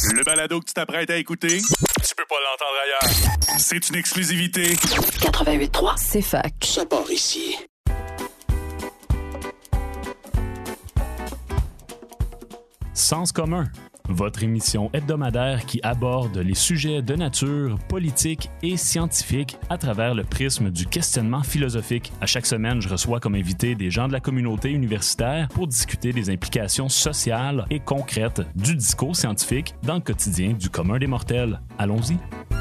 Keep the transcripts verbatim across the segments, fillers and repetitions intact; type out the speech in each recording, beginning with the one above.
Le balado que tu t'apprêtes à écouter, tu peux pas l'entendre ailleurs. C'est une exclusivité. quatre-vingt-huit trois, c'est fac. Ça part ici. Sens commun, votre émission hebdomadaire qui aborde les sujets de nature politique et scientifique à travers le prisme du questionnement philosophique. À chaque semaine, je reçois comme invité des gens de la communauté universitaire pour discuter des implications sociales et concrètes du discours scientifique dans le quotidien du commun des mortels. Allons-y.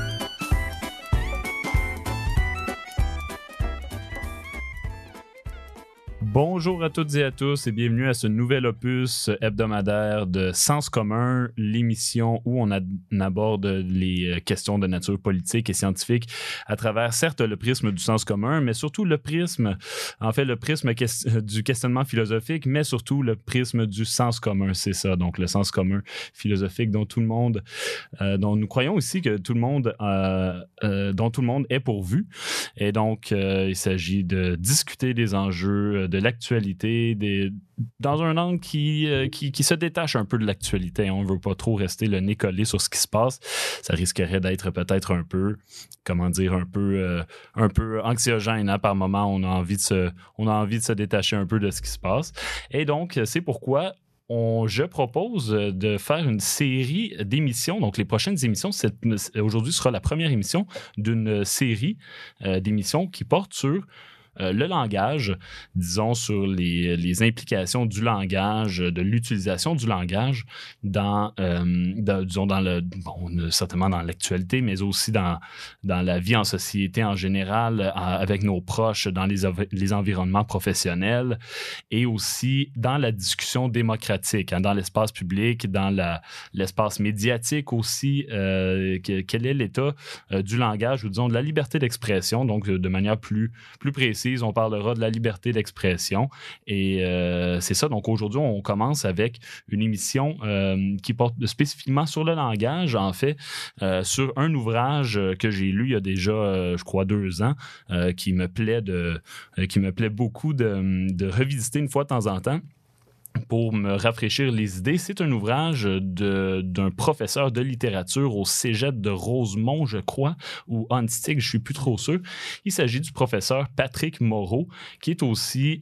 Bonjour à toutes et à tous et bienvenue à ce nouvel opus hebdomadaire de Sens commun, l'émission où on, a, on aborde les questions de nature politique et scientifique à travers, certes, le prisme du sens commun, mais surtout le prisme, en fait, le prisme que, du questionnement philosophique, mais surtout le prisme du sens commun, c'est ça, donc le sens commun philosophique dont tout le monde, euh, dont nous croyons aussi que tout le monde, euh, euh, dont tout le monde est pourvu. Et donc, euh, il s'agit de discuter des enjeux de l'actualité, des, dans un angle qui, euh, qui, qui se détache un peu de l'actualité. On ne veut pas trop rester le nez collé sur ce qui se passe. Ça risquerait d'être peut-être un peu, comment dire, un peu, euh, un peu anxiogène. Hein? Par moment, on a envie de se, on a envie de se détacher un peu de ce qui se passe. Et donc, c'est pourquoi On, je propose de faire une série d'émissions. Donc, les prochaines émissions, c'est, aujourd'hui sera la première émission d'une série euh, d'émissions qui porte sur Euh, le langage, disons, sur les, les implications du langage, de l'utilisation du langage dans, euh, dans, disons, dans le, bon, certainement dans l'actualité, mais aussi dans, dans la vie en société en général, à, avec nos proches, dans les, les environnements professionnels et aussi dans la discussion démocratique, hein, dans l'espace public, dans la, l'espace médiatique aussi. Euh, que, quel est l'état euh, du langage ou, disons, de la liberté d'expression, donc de manière plus, plus précise. On parlera de la liberté d'expression et euh, c'est ça. Donc aujourd'hui, on commence avec une émission euh, qui porte spécifiquement sur le langage, en fait, euh, sur un ouvrage que j'ai lu il y a déjà, euh, je crois, deux ans, euh, qui me plaît de, euh, qui me plaît beaucoup de, de revisiter une fois de temps en temps pour me rafraîchir les idées. C'est un ouvrage de, d'un professeur de littérature au cégep de Rosemont, je crois, ou Huntstig, je ne suis plus trop sûr. Il s'agit du professeur Patrick Moreau, qui est aussi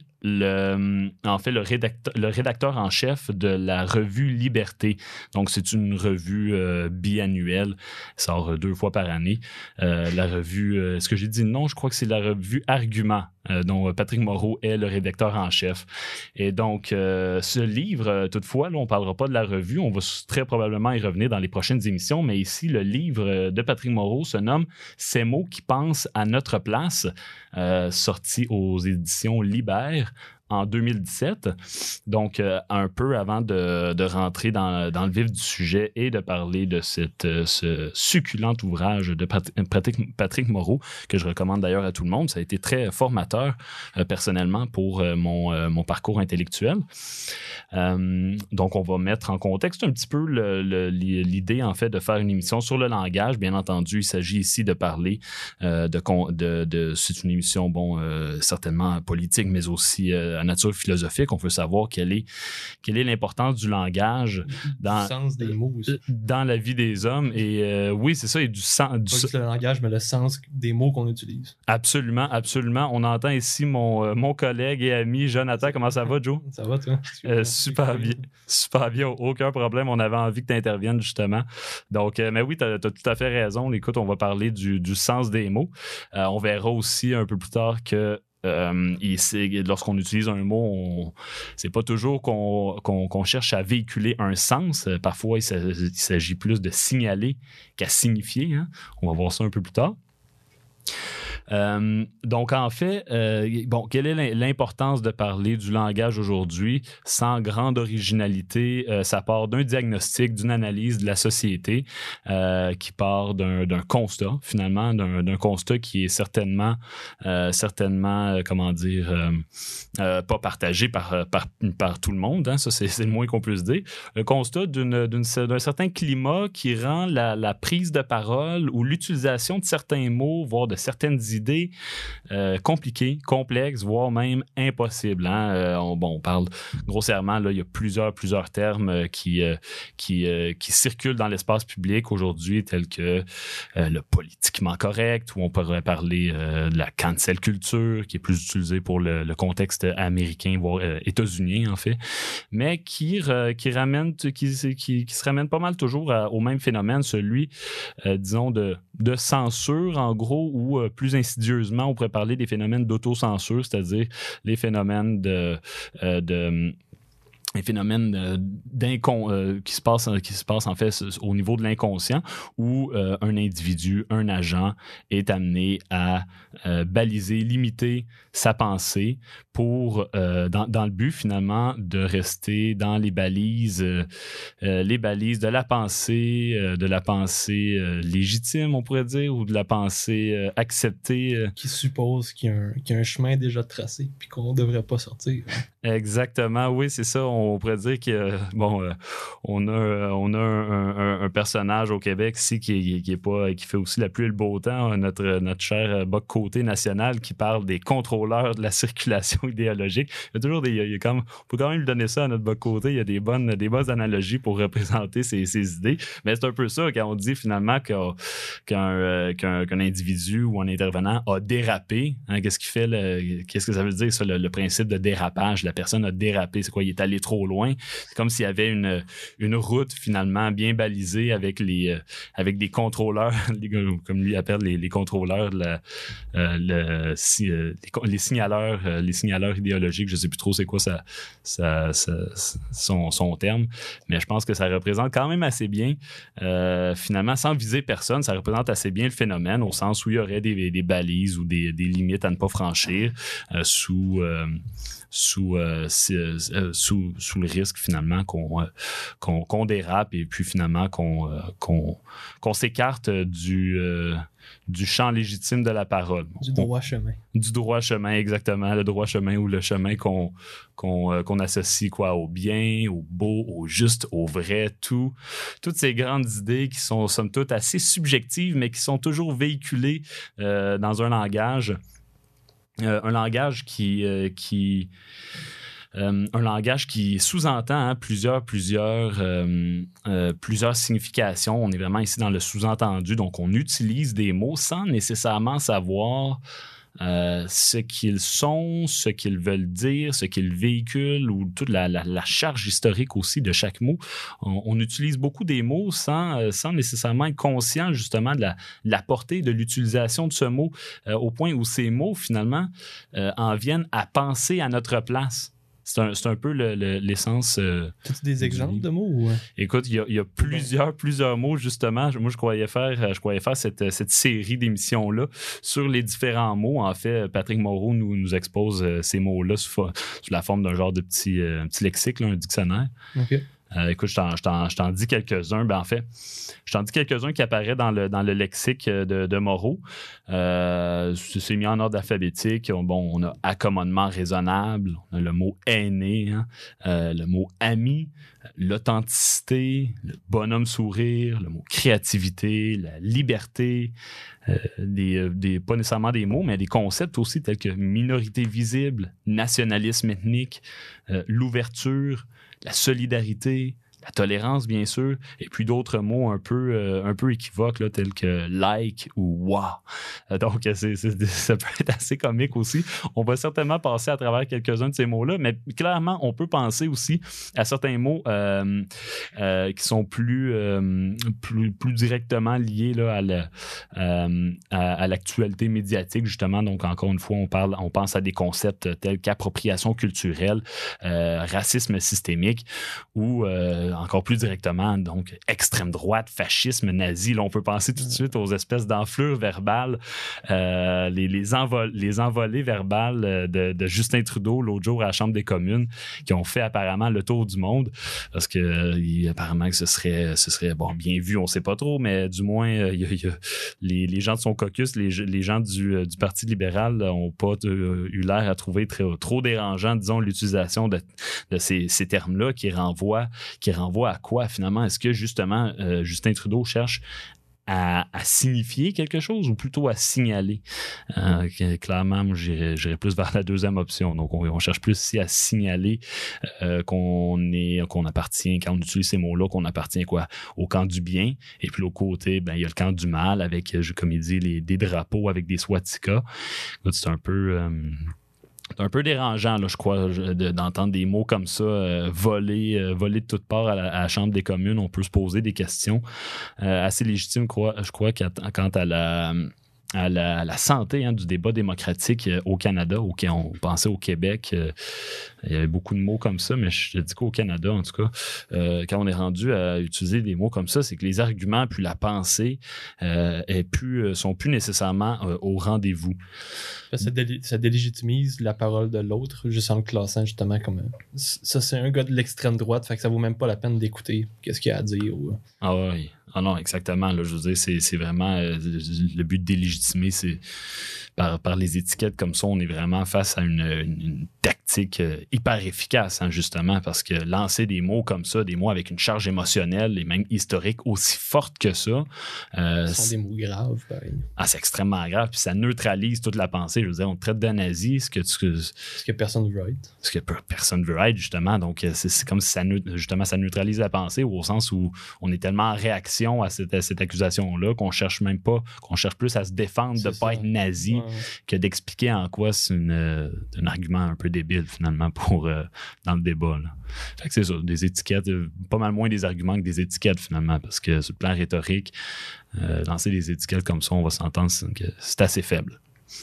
le, en fait, le rédacteur, le rédacteur en chef de la revue Liberté. Donc, c'est une revue euh, biannuelle, ça sort deux fois par année. Euh, la revue, euh, est-ce que j'ai dit non? Je crois que c'est la revue Argument, euh, dont Patrick Moreau est le rédacteur en chef. Et donc, euh, ce livre, euh, toutefois, là, on ne parlera pas de la revue, on va très probablement y revenir dans les prochaines émissions, mais ici, le livre de Patrick Moreau se nomme « Ces mots qui pensent à notre place euh, », sorti aux éditions Libère en deux mille dix-sept, donc euh, un peu avant de, de rentrer dans, dans le vif du sujet et de parler de cette, euh, ce succulent ouvrage de Patrick, Patrick Moreau, que je recommande d'ailleurs à tout le monde. Ça a été très formateur euh, personnellement pour euh, mon, euh, mon parcours intellectuel. Euh, donc, on va mettre en contexte un petit peu le, le, l'idée, en fait, de faire une émission sur le langage. Bien entendu, il s'agit ici de parler euh, de, de, de... C'est une émission, bon, euh, certainement politique, mais aussi euh, à nature philosophique. On veut savoir quelle est, quelle est l'importance du langage dans, du sens des mots aussi. Dans la vie des hommes. Et euh, oui, c'est ça, et du sens... Pas juste le langage, mais le sens des mots qu'on utilise. Absolument, absolument. On entend ici mon, euh, mon collègue et ami Jonathan. Comment ça va, Joe? Ça va, toi? Euh, super bien. Super bien, aucun problème. On avait envie que tu interviennes, justement. Donc, euh, mais oui, tu as tout à fait raison. Écoute, on va parler du, du sens des mots. Euh, on verra aussi un peu plus tard que Euh, et c'est, lorsqu'on utilise un mot, on, c'est pas toujours qu'on, qu'on, qu'on cherche à véhiculer un sens. Parfois, il, il s'agit plus de signaler qu'à signifier. Hein? On va voir ça un peu plus tard. Euh, donc, en fait, euh, bon, quelle est l'importance de parler du langage aujourd'hui sans grande originalité? Euh, ça part d'un diagnostic, d'une analyse de la société euh, qui part d'un, d'un constat, finalement, d'un, d'un constat qui est certainement, euh, certainement, euh, comment dire, euh, euh, pas partagé par, par, par tout le monde. Hein, ça, c'est, c'est le moins qu'on puisse dire. Le constat d'une, d'une, d'un certain climat qui rend la, la prise de parole ou l'utilisation de certains mots, voire de certaines des idées euh, compliquées, complexes, voire même impossibles. Hein? Euh, on, bon, on parle grossièrement, là, il y a plusieurs, plusieurs termes euh, qui, euh, qui, euh, qui circulent dans l'espace public aujourd'hui, tels que euh, le politiquement correct, où on pourrait parler euh, de la cancel culture, qui est plus utilisée pour le, le contexte américain, voire euh, états-unien, en fait, mais qui, euh, qui, ramène, qui, qui, qui se ramène pas mal toujours à, au même phénomène, celui, euh, disons, de, de censure, en gros, ou euh, plus insidieusement, on pourrait parler des phénomènes d'autocensure, c'est-à-dire les phénomènes de... Euh, de un phénomène euh, d'incon euh, qui se passe qui se passe en fait au niveau de l'inconscient où euh, un individu, un agent est amené à euh, baliser, limiter sa pensée pour euh, dans, dans le but finalement de rester dans les balises euh, euh, les balises de la pensée euh, de la pensée euh, légitime, on pourrait dire, ou de la pensée euh, acceptée euh. Qui suppose qu'il y a un, qu'il y a un chemin déjà tracé puis qu'on ne devrait pas sortir. Exactement, oui, c'est ça. On pourrait dire que bon, euh, on a on a un, un, un personnage au Québec ici qui, qui est pas qui fait aussi la pluie et le beau temps, notre notre cher Boc Côté national qui parle des contrôleurs de la circulation idéologique. Il y a toujours des il y a comme, on peut quand même lui donner ça à notre Boc Côté. Il y a des bonnes des bonnes analogies pour représenter ses, ses idées. Mais c'est un peu ça quand on dit finalement qu'un qu'un, qu'un, qu'un individu ou un intervenant a dérapé. Hein, qu'est-ce qui fait le, qu'est-ce que ça veut dire ça, le, le principe de dérapage? La personne a dérapé. C'est quoi? Il est allé trop loin. C'est comme s'il y avait une, une route finalement bien balisée avec les euh, avec des contrôleurs, comme lui appelle les, les contrôleurs, la, euh, le, si, euh, les, les signaleurs, euh, les signaleurs idéologiques. Je sais plus trop c'est quoi ça, ça, ça, son, son terme, mais je pense que ça représente quand même assez bien, euh, finalement, sans viser personne, ça représente assez bien le phénomène au sens où il y aurait des, des balises ou des, des limites à ne pas franchir euh, sous euh, Sous, euh, euh, sous, sous le risque finalement qu'on, euh, qu'on, qu'on dérape et puis finalement qu'on, euh, qu'on, qu'on s'écarte du, euh, du champ légitime de la parole. Du droit chemin. Du droit chemin, exactement. Le droit chemin ou le chemin qu'on, qu'on, euh, qu'on associe quoi, au bien, au beau, au juste, au vrai, tout. Toutes ces grandes idées qui sont somme toute assez subjectives mais qui sont toujours véhiculées euh, dans un langage Euh, un langage qui, euh, qui euh, un langage qui sous-entend hein, plusieurs, plusieurs, euh, euh, plusieurs significations. On est vraiment ici dans le sous-entendu, donc on utilise des mots sans nécessairement savoir Euh, ce qu'ils sont, ce qu'ils veulent dire, ce qu'ils véhiculent ou toute la, la, la charge historique aussi de chaque mot. On, on utilise beaucoup des mots sans, euh, sans nécessairement être conscient justement de la, la portée de l'utilisation de ce mot euh, au point où ces mots finalement euh, en viennent à penser à notre place. C'est un, c'est un peu le, le, l'essence. Euh, As-tu des exemples de mots? Ou... Écoute, il y a, il y a plusieurs, plusieurs mots, justement. Moi, je croyais faire, je croyais faire cette, cette série d'émissions-là sur les différents mots. En fait, Patrick Moreau nous, nous expose ces mots-là sous, sous la forme d'un genre de petit, euh, petit lexique, là, un dictionnaire. OK. Euh, écoute, je t'en, je, t'en, je t'en dis quelques-uns. Ben, en fait, je t'en dis quelques-uns qui apparaissent dans le, dans le lexique de, de Moreau. Euh, c'est mis en ordre alphabétique. Bon, on a accommodement raisonnable, on a le mot aîné, hein, euh, le mot ami, l'authenticité, le bonhomme sourire, le mot créativité, la liberté, euh, des, des, pas nécessairement des mots, mais des concepts aussi tels que minorité visible, nationalisme ethnique, euh, l'ouverture, la solidarité, la tolérance, bien sûr, et puis d'autres mots un peu, euh, un peu équivoques, là, tels que like ou wow. Euh, donc, c'est, c'est, ça peut être assez comique aussi. On va certainement passer à travers quelques-uns de ces mots-là, mais clairement, on peut penser aussi à certains mots euh, euh, qui sont plus, euh, plus, plus directement liés là, à, la, euh, à, à l'actualité médiatique, justement. Donc, encore une fois, on, parle, on pense à des concepts tels qu'appropriation culturelle, euh, racisme systémique ou euh, encore plus directement, donc extrême droite, fascisme, nazi. Là, on peut penser tout de suite aux espèces d'enflures verbales, euh, les, les, envol- les envolées verbales de, de Justin Trudeau l'autre jour à la Chambre des communes qui ont fait apparemment le tour du monde parce que euh, apparemment que ce serait, ce serait bon, bien vu, on ne sait pas trop, mais du moins, euh, y a, y a, les, les gens de son caucus, les, les gens du, du Parti libéral n'ont pas euh, eu l'air à trouver très, trop dérangeant, disons, l'utilisation de, de ces, ces termes-là qui renvoient, qui renvoient à quoi finalement? Est-ce que justement euh, Justin Trudeau cherche à, à signifier quelque chose ou plutôt à signaler? Euh, que, clairement, moi, j'irais, j'irais plus vers la deuxième option. Donc, on, on cherche plus ici à signaler euh, qu'on est, qu'on appartient, quand on utilise ces mots-là, qu'on appartient quoi, au camp du bien. Et puis, l'autre côté, ben, il y a le camp du mal avec, comme il dit, les, des drapeaux avec des swastikas. C'est un peu... Euh, C'est un peu dérangeant, là, je crois, de, d'entendre des mots comme ça euh, voler, euh, voler de toutes parts à la, à la Chambre des communes. On peut se poser des questions euh, assez légitimes, quoi, je crois, quant à la, à la, à la santé hein, du débat démocratique euh, au Canada. Au, on pensait au Québec, euh, il y avait beaucoup de mots comme ça, mais je te dis qu'au Canada, en tout cas, euh, quand on est rendu à utiliser des mots comme ça, c'est que les arguments puis la pensée euh, est plus, sont plus nécessairement euh, au rendez-vous. Ça, dé- ça délégitimise la parole de l'autre, juste en le classant justement comme... Ça, c'est un gars de l'extrême droite, fait que ça vaut même pas la peine d'écouter qu'est-ce qu'il a à dire. Ou... Ah oui, ah non, exactement. Là, je veux dire, c'est, c'est vraiment... Euh, le but de délégitimer, c'est... Par, par les étiquettes comme ça, on est vraiment face à une, une, une tactique euh, hyper efficace, hein, justement, parce que lancer des mots comme ça, des mots avec une charge émotionnelle et même historique aussi forte que ça... Euh, Ce sont des mots graves, pareil. Ah, c'est extrêmement grave, puis ça neutralise toute la pensée. Je veux dire, on te traite de nazi, ce que tu... Ce que personne veut être. Ce que personne veut être, justement. Donc, c'est, c'est comme si ça, justement, ça neutralise la pensée au sens où on est tellement en réaction à cette, à cette accusation-là qu'on cherche même pas, qu'on cherche plus à se défendre c'est de ne pas être nazi ouais. que d'expliquer en quoi c'est une, euh, un argument un peu débile, finalement, pour euh, dans le débat. Là. Fait que c'est ça, des étiquettes, pas mal moins des arguments que des étiquettes, finalement, parce que sur le plan rhétorique, euh, lancer des étiquettes comme ça, on va s'entendre que c'est assez faible.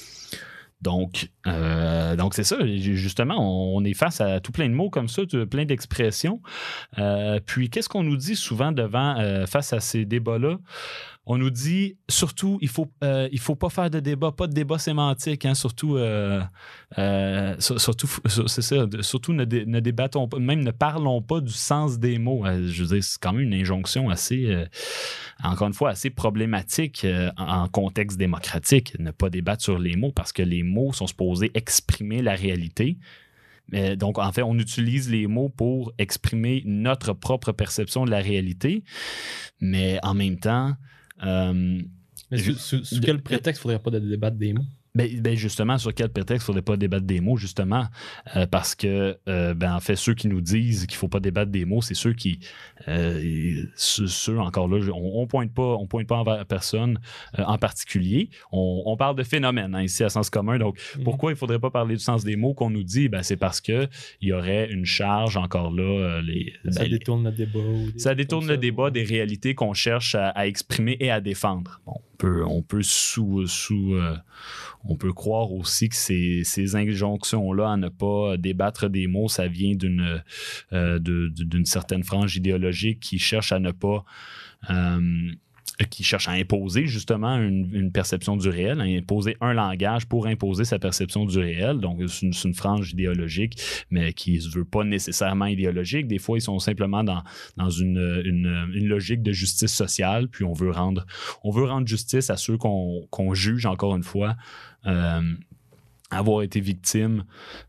Donc, euh, donc c'est ça. Justement, on est face à tout plein de mots comme ça, plein d'expressions. Euh, puis, qu'est-ce qu'on nous dit souvent devant, euh, face à ces débats-là? On nous dit, surtout, il faut, euh, il faut pas faire de débat, pas de débat sémantique, hein, surtout, euh, euh, surtout, c'est ça, surtout ne, dé, ne débattons pas, même ne parlons pas du sens des mots. Je veux dire, c'est quand même une injonction assez, euh, encore une fois, assez problématique euh, en contexte démocratique, ne pas débattre sur les mots parce que les mots sont supposés exprimer la réalité. Mais donc, en fait, on utilise les mots pour exprimer notre propre perception de la réalité, mais en même temps... Euh, mais sous, sous, sous quel prétexte il ne faudrait pas débattre des mots? Ben, ben justement, sur quel prétexte il ne faudrait pas débattre des mots, justement, euh, parce que, euh, ben, en fait, ceux qui nous disent qu'il ne faut pas débattre des mots, c'est ceux qui, euh, ceux, ceux, encore là, on ne pointe pas, on pointe pas envers personne euh, en particulier. On, on parle de phénomènes, hein, ici, à Sens commun. Donc, mm-hmm. pourquoi il ne faudrait pas parler du sens des mots qu'on nous dit? Ben, c'est parce qu'il y aurait une charge, encore là. Euh, les, ça ben, détourne le débat. Ça détourne le ça, débat ou... des réalités qu'on cherche à, à exprimer et à défendre. Bon, on peut, on peut sous... sous euh, on peut croire aussi que ces, ces injonctions-là à ne pas débattre des mots, ça vient d'une, euh, de, d'une certaine frange idéologique qui cherche à ne pas... Euh, qui cherche à imposer justement une, une perception du réel, à imposer un langage pour imposer sa perception du réel. Donc, c'est une, c'est une frange idéologique, mais qui ne se veut pas nécessairement idéologique. Des fois, ils sont simplement dans, dans une, une, une logique de justice sociale, puis on veut rendre, on veut rendre justice à ceux qu'on, qu'on juge, encore une fois, euh, avoir été victimes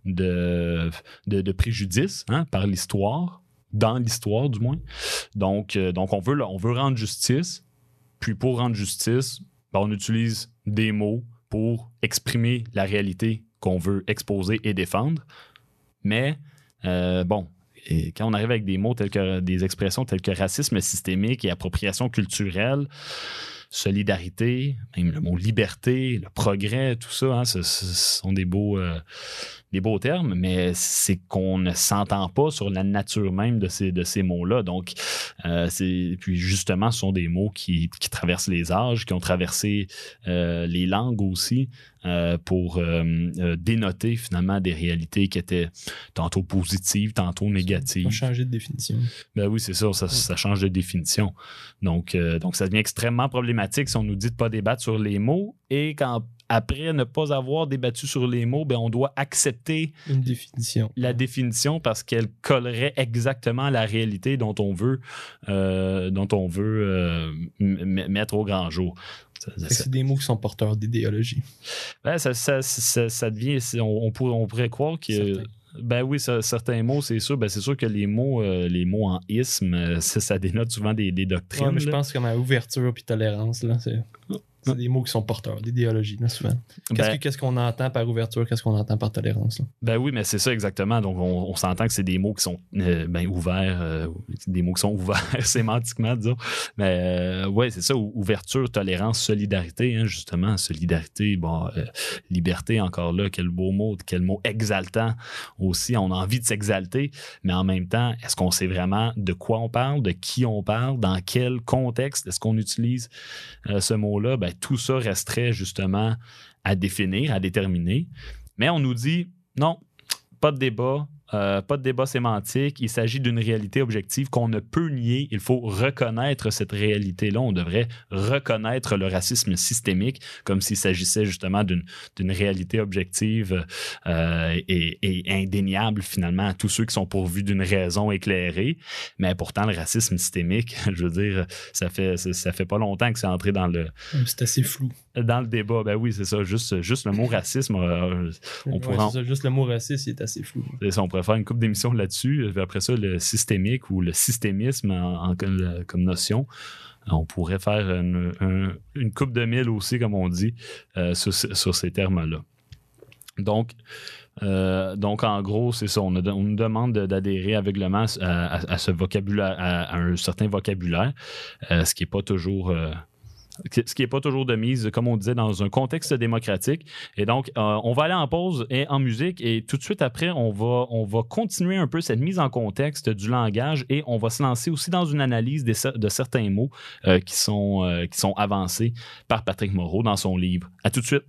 de, de, de préjudice hein, par l'histoire, dans l'histoire du moins. Donc, euh, donc on, veut, on veut rendre justice. Puis pour rendre justice, ben on utilise des mots pour exprimer la réalité qu'on veut exposer et défendre. Mais, euh, bon, et quand on arrive avec des mots tels que des expressions telles que racisme systémique et appropriation culturelle, solidarité, même le mot liberté, le progrès, tout ça, hein, ce, ce sont des beaux, euh, des beaux termes, mais c'est qu'on ne s'entend pas sur la nature même de ces, de ces mots-là. Donc, euh, c'est, puis justement, ce sont des mots qui, qui traversent les âges, qui ont traversé euh, les langues aussi, euh, pour euh, euh, dénoter finalement des réalités qui étaient tantôt positives, tantôt négatives. Ça a changé de définition. Ben oui, c'est ça, ça, ça change de définition. Donc, euh, donc, ça devient extrêmement problématique si on nous dit de ne pas débattre sur les mots et quand après ne pas avoir débattu sur les mots, ben on doit accepter une définition. La définition parce qu'elle collerait exactement à la réalité dont on veut, euh, dont on veut euh, m- mettre au grand jour. Ça, ça, c'est des mots qui sont porteurs d'idéologie. Ben, ça, ça, ça, ça devient... On, on, pourrait, on pourrait croire que... Ben oui, ça, certains mots, c'est sûr. Ben c'est sûr que les mots, euh, les mots en isme, euh, ça, ça dénote souvent des, des doctrines. Ouais, mais je là. pense comme à ouverture puis tolérance, là, c'est... C'est des mots qui sont porteurs d'idéologie, là, souvent. Qu'est-ce, Ben, que, qu'est-ce qu'on entend par ouverture, qu'est-ce qu'on entend par tolérance? Là? Ben oui, mais c'est ça exactement. Donc, on, on s'entend que c'est des mots qui sont euh, ben, ouverts, euh, des mots qui sont ouverts sémantiquement, disons. Mais euh, ouais, c'est ça, ouverture, tolérance, solidarité, hein, justement. Solidarité, bon, euh, liberté, encore là, quel beau mot, quel mot exaltant aussi. On a envie de s'exalter, mais en même temps, est-ce qu'on sait vraiment de quoi on parle, de qui on parle, dans quel contexte est-ce qu'on utilise euh, ce mot-là? Ben, tout ça resterait justement à définir, à déterminer. Mais on nous dit, non, pas de débat, euh, pas de débat sémantique. Il s'agit d'une réalité objective qu'on ne peut nier. Il faut reconnaître cette réalité-là. On devrait reconnaître le racisme systémique comme s'il s'agissait justement d'une, d'une réalité objective euh, et, et indéniable finalement à tous ceux qui sont pourvus d'une raison éclairée. Mais pourtant, le racisme systémique, je veux dire, ça fait, ça fait pas longtemps que c'est entré dans le... C'est assez flou. Dans le débat, ben oui, c'est ça. Juste, juste le mot racisme, euh, on ouais, pourrait... c'est ça, juste le mot raciste, il est assez flou. C'est ça, on pourrait faire une couple d'émissions là-dessus. Puis après ça, le systémique ou le systémisme en, en, comme, comme notion. On pourrait faire une, une, une coupe de mille aussi, comme on dit, euh, sur, sur ces termes-là. Donc, euh, donc, en gros, c'est ça. On, a, on nous demande d'adhérer aveuglément à, à, à ce vocabulaire, à, à un certain vocabulaire, euh, ce qui n'est pas toujours... Euh, ce qui n'est pas toujours de mise, comme on disait, dans un contexte démocratique. Et donc, euh, on va aller en pause et en musique et tout de suite après, on va, on va continuer un peu cette mise en contexte du langage et on va se lancer aussi dans une analyse des, de certains mots euh, qui, sont, euh, qui sont avancés par Patrick Moreau dans son livre. À tout de suite.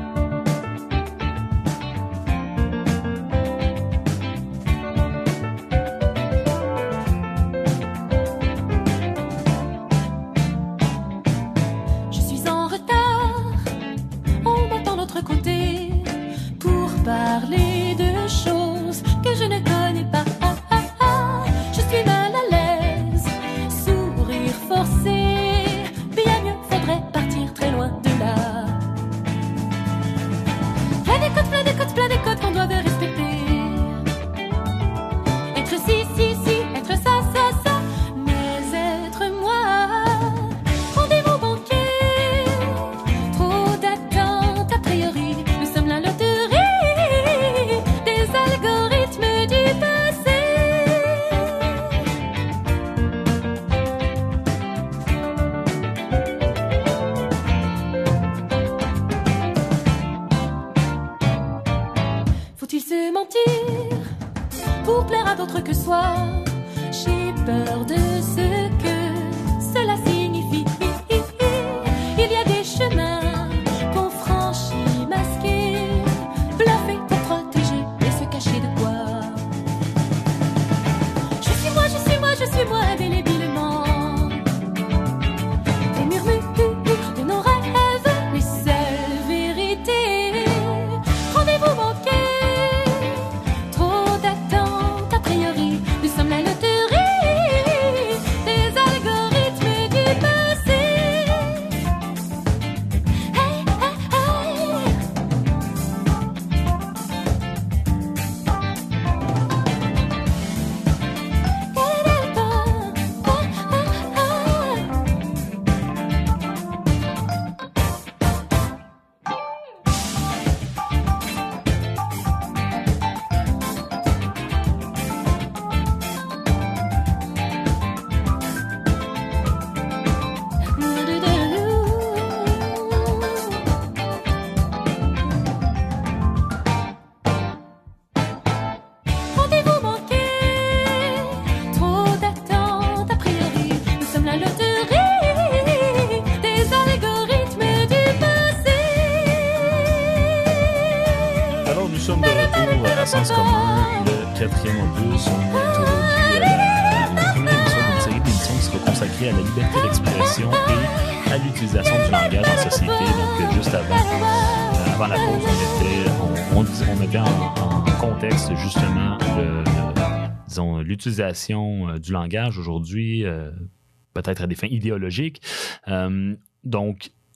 Sens commun, le quatrième opus. On est aujourd'hui à la première émission d'une série d'émissions qui sera consacrée à la liberté d'expression et à l'utilisation du langage en société. Donc, juste avant, euh, avant la pause, on était, on, on, on mettait en, en contexte justement le, le, disons, l'utilisation euh, du langage aujourd'hui, euh, peut-être à des fins idéologiques. Euh, donc,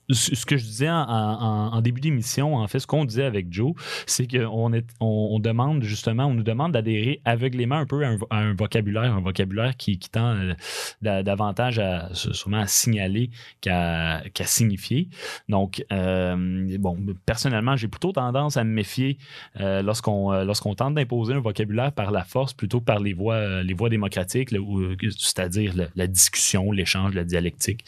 ce que je disais en, en, en début d'émission, en fait, ce qu'on disait avec Joe, c'est qu'on est, on, on demande justement, on nous demande d'adhérer aveuglément un peu à un, à un vocabulaire, un vocabulaire qui, qui tend euh, davantage à, sûrement à signaler qu'à, qu'à signifier. Donc, euh, bon, personnellement, j'ai plutôt tendance à me méfier euh, lorsqu'on, euh, lorsqu'on tente d'imposer un vocabulaire par la force plutôt que par les voies, euh, les voies démocratiques, là, où, c'est-à-dire la, la discussion, l'échange, la dialectique.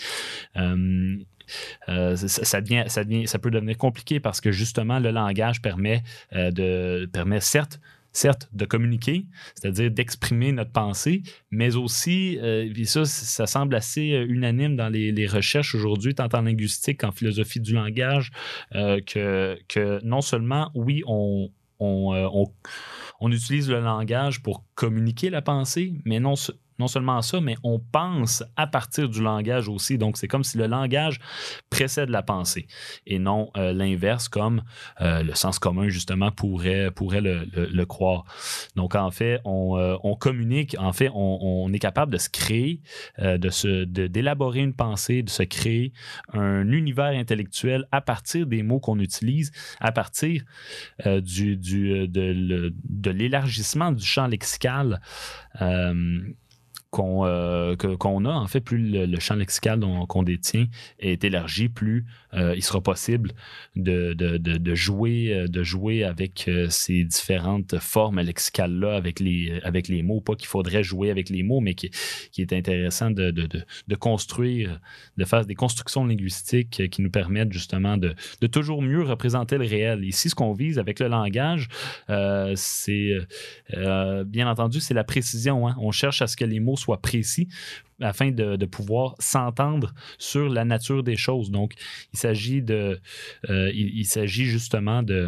Euh, Euh, ça, ça, devient, ça, devient, ça peut devenir compliqué parce que justement le langage permet, euh, de, permet certes, certes de communiquer, c'est-à-dire d'exprimer notre pensée, mais aussi, euh, et ça, ça semble assez unanime dans les, les recherches aujourd'hui, tant en linguistique qu'en philosophie du langage, euh, que, que non seulement, oui, on, on, euh, on, on utilise le langage pour communiquer la pensée, mais non Non seulement ça, mais on pense à partir du langage aussi. Donc, c'est comme si le langage précède la pensée et non euh, l'inverse, comme euh, le sens commun, justement, pourrait, pourrait le, le, le croire. Donc, en fait, on, euh, on communique, en fait, on, on est capable de se créer, euh, de se, de, d'élaborer une pensée, de se créer un univers intellectuel à partir des mots qu'on utilise, à partir euh, du, du, de, de, de l'élargissement du champ lexical. Euh, Qu'on, euh, que, qu'on a, en fait, plus le, le champ lexical dont, qu'on détient est élargi, plus euh, il sera possible de, de, de, de, jouer, de jouer avec euh, ces différentes formes lexicales-là, avec les, avec les mots. Pas qu'il faudrait jouer avec les mots, mais qui, qui est intéressant de, de, de, de construire, de faire des constructions linguistiques qui nous permettent justement de, de toujours mieux représenter le réel. Ici, ce qu'on vise avec le langage, euh, c'est, euh, bien entendu, c'est la précision. Hein? On cherche à ce que les mots soient précis afin de, de pouvoir s'entendre sur la nature des choses. Donc, il s'agit de, euh, il, il s'agit justement de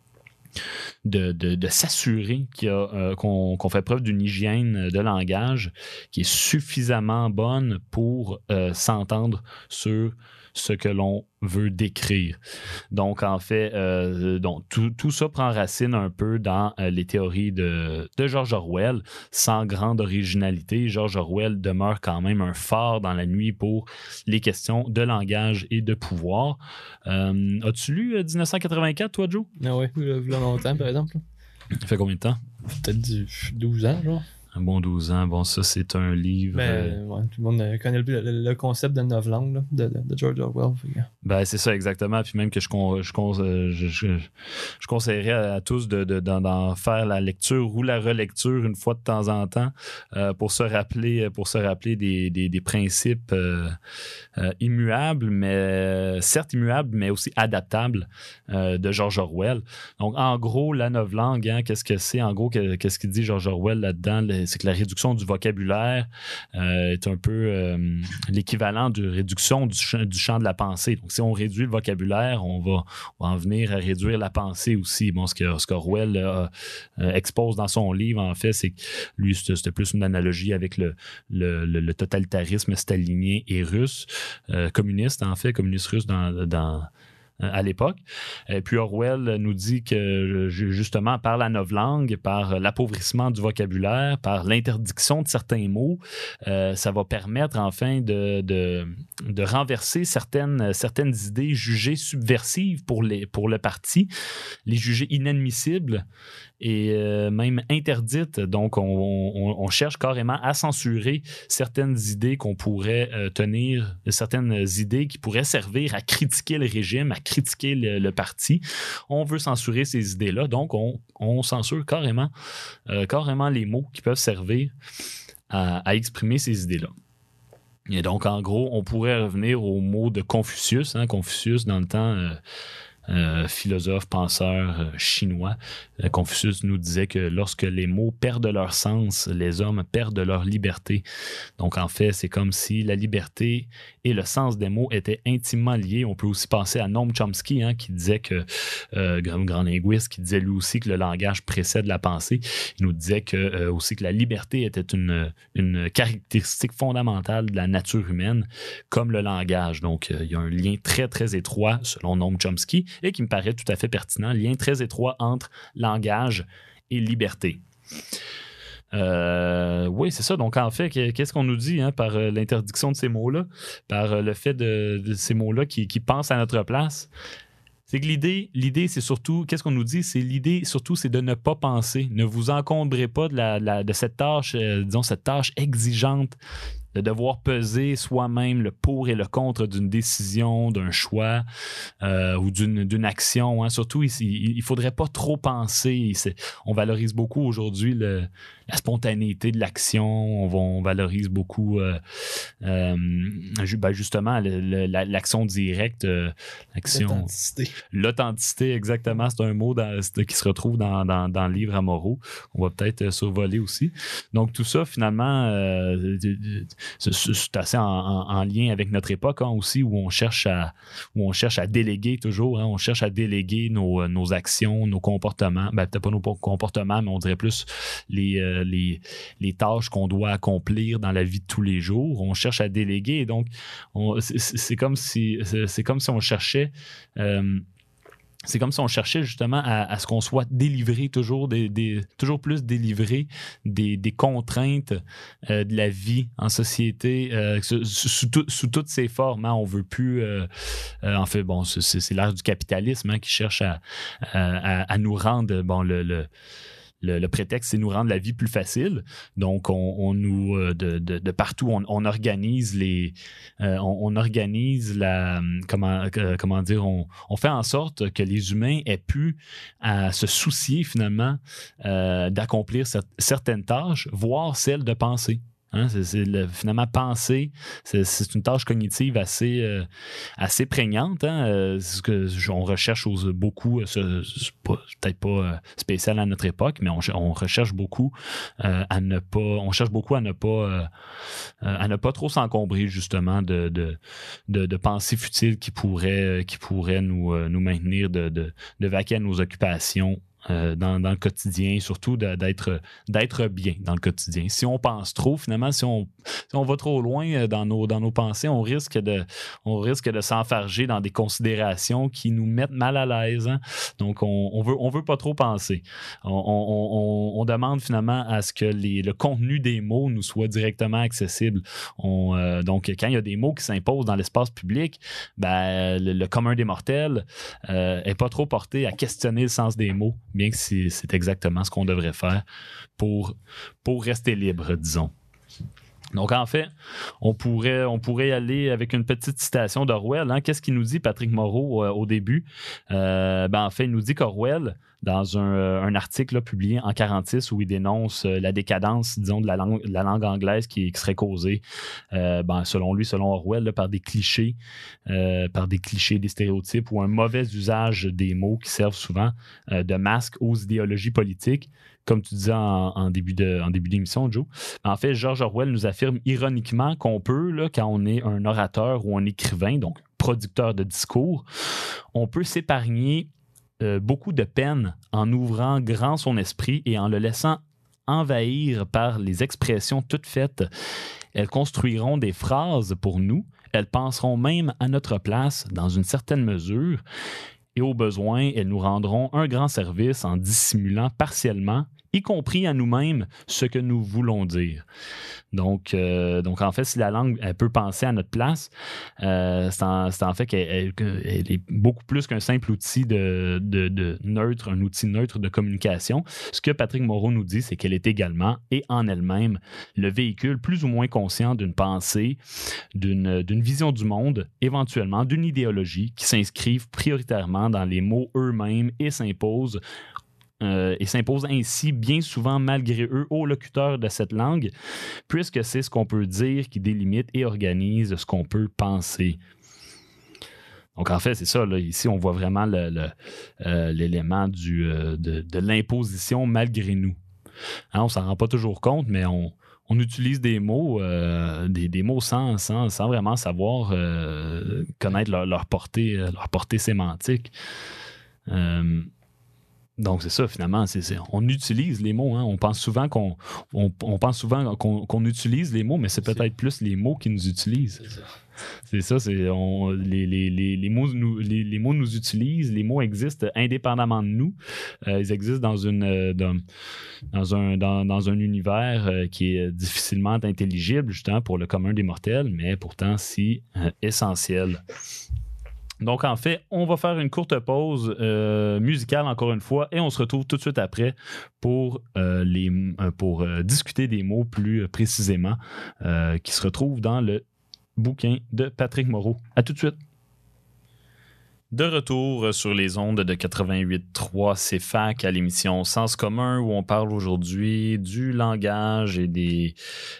De, de, de s'assurer qu'il y a, euh, qu'on, qu'on fait preuve d'une hygiène de langage qui est suffisamment bonne pour euh, s'entendre sur ce que l'on veut décrire. Donc, en fait, euh, donc, tout, tout ça prend racine un peu dans euh, les théories de, de George Orwell, sans grande originalité. George Orwell demeure quand même un phare dans la nuit pour les questions de langage et de pouvoir. Euh, as-tu lu dix-neuf cent quatre-vingt-quatre, toi, Joe? Ah oui, il y a longtemps, par exemple. Ça fait combien de temps? Peut-être du douze ans, genre. Un bon douze ans. Bon, ça, c'est un livre... Ben, euh... ouais, tout le monde connaît le, le, le concept de novlangue là, de, de, de George Orwell. Ben, c'est ça, exactement. Puis même que je, je, je, je, je, je conseillerais à, à tous de, de, d'en, d'en faire la lecture ou la relecture une fois de temps en temps euh, pour se rappeler, pour se rappeler des, des, des principes euh, euh, immuables, mais certes immuables, mais aussi adaptables euh, de George Orwell. Donc, en gros, la novlangue, hein, qu'est-ce que c'est? En gros, qu'est-ce qu'il dit George Orwell là-dedans? C'est que la réduction du vocabulaire euh, est un peu euh, l'équivalent de réduction du champ, du champ de la pensée. Donc, si on réduit le vocabulaire, on va, on va en venir à réduire la pensée aussi. Bon, ce que ce qu'Orwell euh, euh, expose dans son livre, en fait, c'est que lui, c'était, c'était plus une analogie avec le, le, le, le totalitarisme stalinien et russe, euh, communiste, en fait, communiste russe dans... dans à l'époque. Et puis Orwell nous dit que justement par la novlangue, par l'appauvrissement du vocabulaire, par l'interdiction de certains mots, euh, ça va permettre enfin de, de, de renverser certaines, certaines idées jugées subversives pour, les, pour le parti, les juger inadmissibles et euh, même interdites. Donc, on, on, on cherche carrément à censurer certaines idées qu'on pourrait euh, tenir, certaines idées qui pourraient servir à critiquer le régime, à critiquer le, le parti. On veut censurer ces idées-là. Donc, on, on censure carrément, euh, carrément les mots qui peuvent servir à, à exprimer ces idées-là. Et donc, en gros, on pourrait revenir aux mots de Confucius. Hein, Confucius, dans le temps... Euh, Euh, philosophe, penseur euh, chinois. Euh, Confucius nous disait que lorsque les mots perdent leur sens, les hommes perdent leur liberté. Donc, en fait, c'est comme si la liberté et le sens des mots étaient intimement liés. On peut aussi penser à Noam Chomsky, hein, qui disait que, euh, grand, grand linguiste, qui disait lui aussi que le langage précède la pensée. Il nous disait que, euh, aussi que la liberté était une, une caractéristique fondamentale de la nature humaine, comme le langage. Donc, euh, il y a un lien très, très étroit, selon Noam Chomsky, et qui me paraît tout à fait pertinent, lien très étroit entre langage et liberté. Euh, oui, c'est ça. Donc, en fait, qu'est-ce qu'on nous dit hein, par euh, l'interdiction de ces mots-là, par euh, le fait de, de ces mots-là qui, qui pensent à notre place? C'est que l'idée, l'idée, c'est surtout, qu'est-ce qu'on nous dit? C'est l'idée, surtout, c'est de ne pas penser. Ne vous encombrez pas de, la, la, de cette tâche, euh, disons, cette tâche exigeante de devoir peser soi-même le pour et le contre d'une décision, d'un choix euh, ou d'une, d'une action. Hein. Surtout, il ne faudrait pas trop penser. C'est, on valorise beaucoup aujourd'hui le, la spontanéité de l'action. On, va, on valorise beaucoup euh, euh, ben justement le, le, la, l'action directe. Euh, l'action, l'authenticité. L'authenticité, exactement. C'est un mot dans, c'est, qui se retrouve dans, dans, dans le livre Amoraux. On va peut-être survoler aussi. Donc, tout ça, finalement... Euh, C'est, c'est assez en, en, en lien avec notre époque hein, aussi, où on cherche à, où on cherche à déléguer toujours. Hein, on cherche à déléguer nos, nos actions, nos comportements. Ben, peut-être pas nos comportements, mais on dirait plus les, euh, les, les tâches qu'on doit accomplir dans la vie de tous les jours. On cherche à déléguer. Donc, on, c'est, c'est, comme si, c'est, c'est comme si on cherchait... Euh, C'est comme si on cherchait justement à, à ce qu'on soit délivré toujours, des, des, toujours plus délivré des, des contraintes euh, de la vie en société euh, sous, sous, tout, sous toutes ses formes. Hein. On veut plus... Euh, euh, en fait, bon, c'est, c'est l'ère du capitalisme hein, qui cherche à, à, à nous rendre bon, le... le Le, le prétexte, c'est nous rendre la vie plus facile. Donc, on, on nous euh, de, de, de partout, on, on organise les, euh, on, on organise la, comment, euh, comment dire, on, on fait en sorte que les humains aient pu à se soucier finalement euh, d'accomplir cer- certaines tâches, voire celles de penser. Hein, c'est, c'est le, finalement, penser, c'est, c'est une tâche cognitive assez, euh, assez prégnante. Hein, euh, c'est ce que on recherche aux, beaucoup, c'est, c'est pas, peut-être pas euh, spécial à notre époque, mais on, on recherche beaucoup euh, à ne pas, on cherche beaucoup à ne pas, euh, à ne pas trop s'encombrer justement de, de, de, de pensées futiles qui pourraient, qui pourraient nous, nous maintenir de, de, de vaquer à nos occupations. Euh, dans, dans le quotidien, surtout de, d'être, d'être bien dans le quotidien. Si on pense trop, finalement, si on, si on va trop loin dans nos, dans nos pensées, on risque, de, on risque de s'enfarger dans des considérations qui nous mettent mal à l'aise. Hein? Donc, on, on veut, on veut pas trop penser. On, on, on, on demande finalement à ce que les, le contenu des mots nous soit directement accessible. On, euh, donc, quand il y a des mots qui s'imposent dans l'espace public, ben, le, le commun des mortels euh, est pas trop porté à questionner le sens des mots. Bien que c'est, c'est exactement ce qu'on devrait faire pour, pour rester libre, disons. Donc, en fait, on pourrait, on pourrait y aller avec une petite citation d'Orwell. Hein. Qu'est-ce qu'il nous dit, Patrick Moreau, euh, au début? Euh, ben, en fait, il nous dit qu'Orwell, dans un, un article là, publié en quarante-six où il dénonce euh, la décadence, disons, de la langue, de la langue anglaise qui, qui serait causée, euh, ben, selon lui, selon Orwell, là, par des clichés, euh, par des clichés, des stéréotypes ou un mauvais usage des mots qui servent souvent euh, de masque aux idéologies politiques. Comme tu disais en, en, début de, en début d'émission, Joe. En fait, George Orwell nous affirme ironiquement qu'on peut, là, quand on est un orateur ou un écrivain, donc producteur de discours, on peut s'épargner euh, beaucoup de peine en ouvrant grand son esprit et en le laissant envahir par les expressions toutes faites. Elles construiront des phrases pour nous, elles penseront même à notre place dans une certaine mesure. Et au besoin, elles nous rendront un grand service en dissimulant partiellement, y compris à nous-mêmes, ce que nous voulons dire. Donc, euh, donc en fait, si la langue elle peut penser à notre place, euh, c'est, en, c'est en fait qu'elle elle, elle est beaucoup plus qu'un simple outil de, de, de neutre, un outil neutre de communication. Ce que Patrick Moreau nous dit, c'est qu'elle est également, et en elle-même, le véhicule plus ou moins conscient d'une pensée, d'une, d'une vision du monde, éventuellement d'une idéologie qui s'inscrivent prioritairement dans les mots eux-mêmes et s'imposent Euh, et s'imposent ainsi bien souvent malgré eux aux locuteurs de cette langue, puisque c'est ce qu'on peut dire qui délimite et organise ce qu'on peut penser. Donc en fait, c'est ça, là, ici on voit vraiment le, le, euh, l'élément du, euh, de, de l'imposition malgré nous. Hein, on ne s'en rend pas toujours compte, mais on, on utilise des mots, euh, des, des mots sans, sans, sans vraiment savoir euh, connaître leur, leur, portée, leur portée sémantique. Euh, Donc, c'est ça, finalement. C'est, c'est, on utilise les mots. Hein. On pense souvent, qu'on, on, on pense souvent qu'on, qu'on utilise les mots, mais c'est peut-être c'est... plus les mots qui nous utilisent. C'est ça, c'est on, les, les, les, les, mots nous, les, les mots nous utilisent, les mots existent indépendamment de nous. Euh, ils existent dans, une, dans, dans, un, dans, dans un univers euh, qui est difficilement intelligible, justement, pour le commun des mortels, mais pourtant si euh, essentiel. Donc, en fait, on va faire une courte pause euh, musicale, encore une fois, et on se retrouve tout de suite après pour, euh, les, euh, pour euh, discuter des mots plus précisément euh, qui se retrouvent dans le bouquin de Patrick Moreau. À tout de suite. De retour sur les ondes de quatre-vingt-huit virgule trois C F A C à l'émission Sens commun où on parle aujourd'hui du langage et des,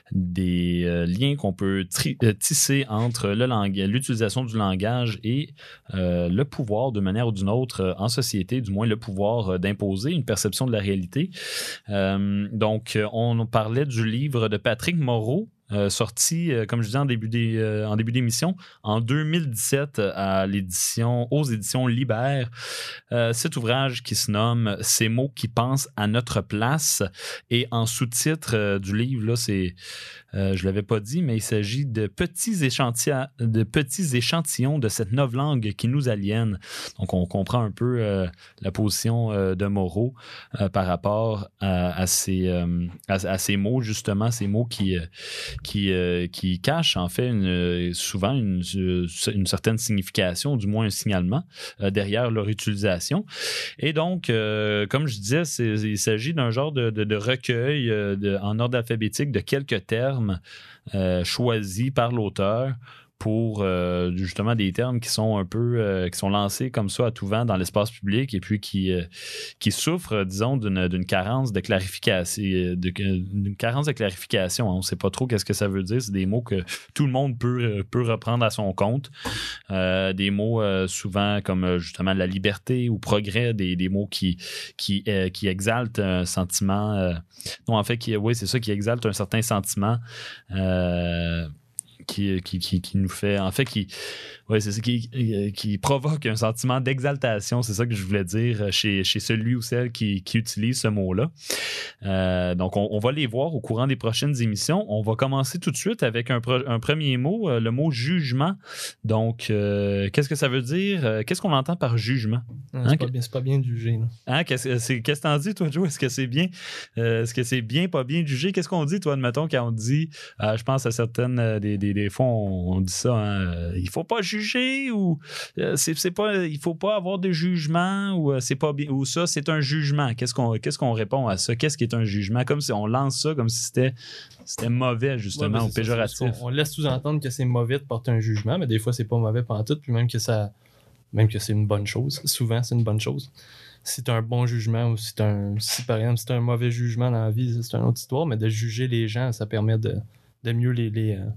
des euh, liens qu'on peut tri- euh, tisser entre le langage, l'utilisation du langage et euh, le pouvoir d'une manière ou d'une autre euh, en société, du moins le pouvoir euh, d'imposer une perception de la réalité. Euh, donc, on parlait du livre de Patrick Moreau, Euh, sorti, euh, comme je disais en début, des, euh, en début d'émission, en deux mille dix-sept à l'édition, aux éditions Libère. Euh, cet ouvrage qui se nomme « Ces mots qui pensent à notre place » et en sous-titre euh, du livre, là, c'est, euh, je ne l'avais pas dit, mais il s'agit de petits, échantillons, de petits échantillons de cette novlangue qui nous aliène. Donc, on comprend un peu euh, la position euh, de Moreau euh, par rapport à, à, ces, euh, à, à ces mots, justement, ces mots qui... Euh, Qui, euh, qui cache en fait une, souvent une, une certaine signification, du moins un signalement euh, derrière leur utilisation. Et donc, euh, comme je disais, c'est, il s'agit d'un genre de, de, de recueil euh, de, en ordre alphabétique de quelques termes euh, choisis par l'auteur pour euh, justement des termes qui sont un peu euh, qui sont lancés comme ça à tout vent dans l'espace public et puis qui, euh, qui souffrent, disons, d'une, d'une carence de clarification, de, d'une carence de clarification. On ne sait pas trop qu'est-ce que ça veut dire. C'est des mots que tout le monde peut, peut reprendre à son compte. Euh, des mots euh, souvent comme justement la liberté ou progrès, des, des mots qui, qui, euh, qui exaltent un sentiment. Euh, non, en fait, qui, oui, c'est ça, qui exalte un certain sentiment. Euh, Qui, qui, qui, qui nous fait, en fait, qui, ouais, c'est ça, qui, qui provoque un sentiment d'exaltation, c'est ça que je voulais dire chez, chez celui ou celle qui, qui utilise ce mot-là. Euh, donc, on, on va les voir au courant des prochaines émissions. On va commencer tout de suite avec un, pro, un premier mot, euh, le mot jugement. Donc, euh, qu'est-ce que ça veut dire? Qu'est-ce qu'on entend par jugement? Non, hein, c'est, pas bien, c'est pas bien de juger. Là. Hein, qu'est-ce, c'est, qu'est-ce que t'en dis, toi, Joe? Est-ce que c'est bien? Euh, est-ce que c'est bien, pas bien jugé? Qu'est-ce qu'on dit, toi, admettons, quand on dit, euh, je pense à certaines, euh, des, des, des fois, on, on dit ça, hein, euh, il faut pas juger ou euh, c'est, c'est pas, il faut pas avoir de jugement ou euh, c'est pas bien, ou ça, c'est un jugement. Qu'est-ce qu'on, qu'est-ce qu'on répond à ça? Qu'est-ce qui est un jugement? Comme si on lance ça comme si c'était, c'était mauvais, justement, ouais, ou péjoratif. Ça, on laisse sous-entendre que c'est mauvais de porter un jugement, mais des fois, c'est pas mauvais pantoute, puis même que ça, même que c'est une bonne chose. Souvent, c'est une bonne chose. Si c'est un bon jugement ou si c'est un, si par exemple, c'est un mauvais jugement dans la vie, c'est une autre histoire, mais de juger les gens, ça permet de, de mieux les, les, euh,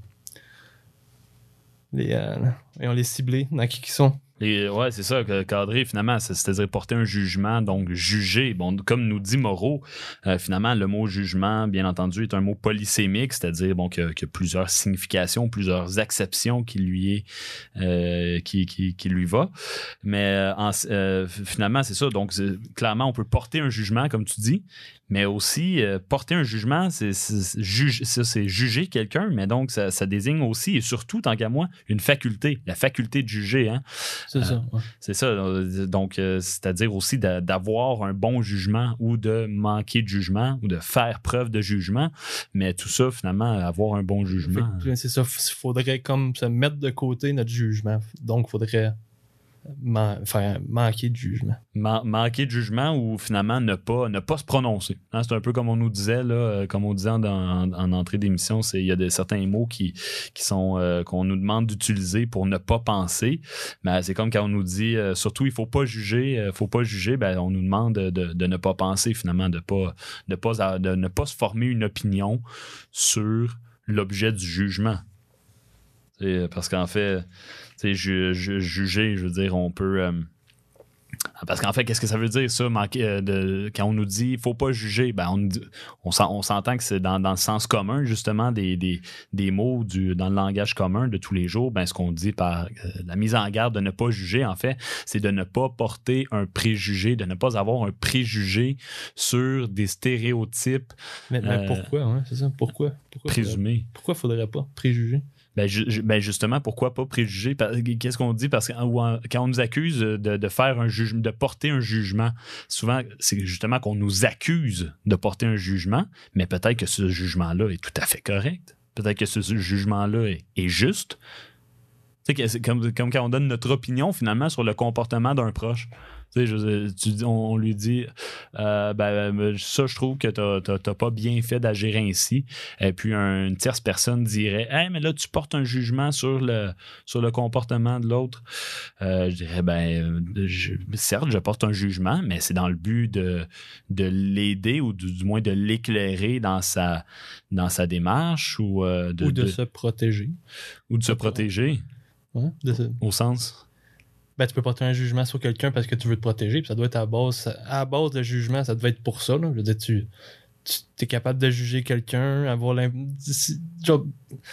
les, euh, et on les cibler dans qui ils sont. Et ouais, c'est ça, cadrer finalement, c'est-à-dire porter un jugement, donc juger. Bon, comme nous dit Moreau, euh, finalement, le mot jugement, bien entendu, est un mot polysémique, c'est-à-dire bon, qu'il y a, qu'il y a plusieurs significations, plusieurs acceptions qui lui est, euh, qui, qui, qui lui va. Mais en, euh, finalement, c'est ça. Donc, c'est, clairement, on peut porter un jugement, comme tu dis, mais aussi euh, porter un jugement, c'est, c'est, juge, ça, c'est juger quelqu'un, mais donc ça, ça désigne aussi, et surtout, tant qu'à moi, une faculté, la faculté de juger, hein. C'est ça. Euh, ouais. C'est ça. Donc, euh, c'est-à-dire aussi de, d'avoir un bon jugement ou de manquer de jugement ou de faire preuve de jugement. Mais tout ça, finalement, avoir un bon jugement. Fait que, c'est ça. Il faudrait comme se mettre de côté notre jugement. Donc, il faudrait man- faire manquer de jugement. Man- manquer de jugement ou finalement ne pas, ne pas se prononcer. Hein, c'est un peu comme on nous disait, là, euh, comme on disait en, en, en entrée d'émission, c'est, il y a de, certains mots qui, qui sont, euh, qu'on nous demande d'utiliser pour ne pas penser. Mais c'est comme quand on nous dit, euh, surtout, il ne faut pas juger, euh, faut pas juger, ben, on nous demande de, de, de ne pas penser, finalement, de, pas, de, pas, de ne pas se former une opinion sur l'objet du jugement. C'est, parce qu'en fait, ju, ju, juger, je veux dire, on peut... Euh, Parce qu'en fait, qu'est-ce que ça veut dire, ça, manquer, euh, de, quand on nous dit « il ne faut pas juger », ben on, on, on s'entend que c'est dans, dans le sens commun, justement, des, des, des mots du, dans le langage commun de tous les jours. Ben, ce qu'on dit par euh, la mise en garde de ne pas juger, en fait, c'est de ne pas porter un préjugé, de ne pas avoir un préjugé sur des stéréotypes. Mais, mais euh, pourquoi, hein, c'est ça? Pourquoi? Pourquoi présumés. Faudrait, pourquoi faudrait pas préjuger? Ben, ju- ben justement, pourquoi pas préjuger? Qu'est-ce qu'on dit? Parce que quand on nous accuse de, de faire un jugement, de porter un jugement, souvent, c'est justement qu'on nous accuse de porter un jugement, mais peut-être que ce jugement-là est tout à fait correct. Peut-être que ce jugement-là est, est juste. Tu sais, c'est comme, comme quand on donne notre opinion, finalement, sur le comportement d'un proche. Tu sais, je, tu, on, on lui dit euh, ben, ça, je trouve que t'as, t'as, t'as pas bien fait d'agir ainsi. Et puis, un, une tierce personne dirait hey, mais là, tu portes un jugement sur le, sur le comportement de l'autre. Euh, je dirais ben, je, certes, je porte un jugement, mais c'est dans le but de, de l'aider ou du, du moins de l'éclairer dans sa, dans sa démarche ou, euh, de, ou de, de se protéger. Ou de se protéger. Ouais, de se... Au sens. Ben, tu peux porter un jugement sur quelqu'un parce que tu veux te protéger, puis ça doit être à la base. À la base de jugement, ça devait être pour ça. Là. Je veux dire, tu, tu es capable de juger quelqu'un, avoir genre,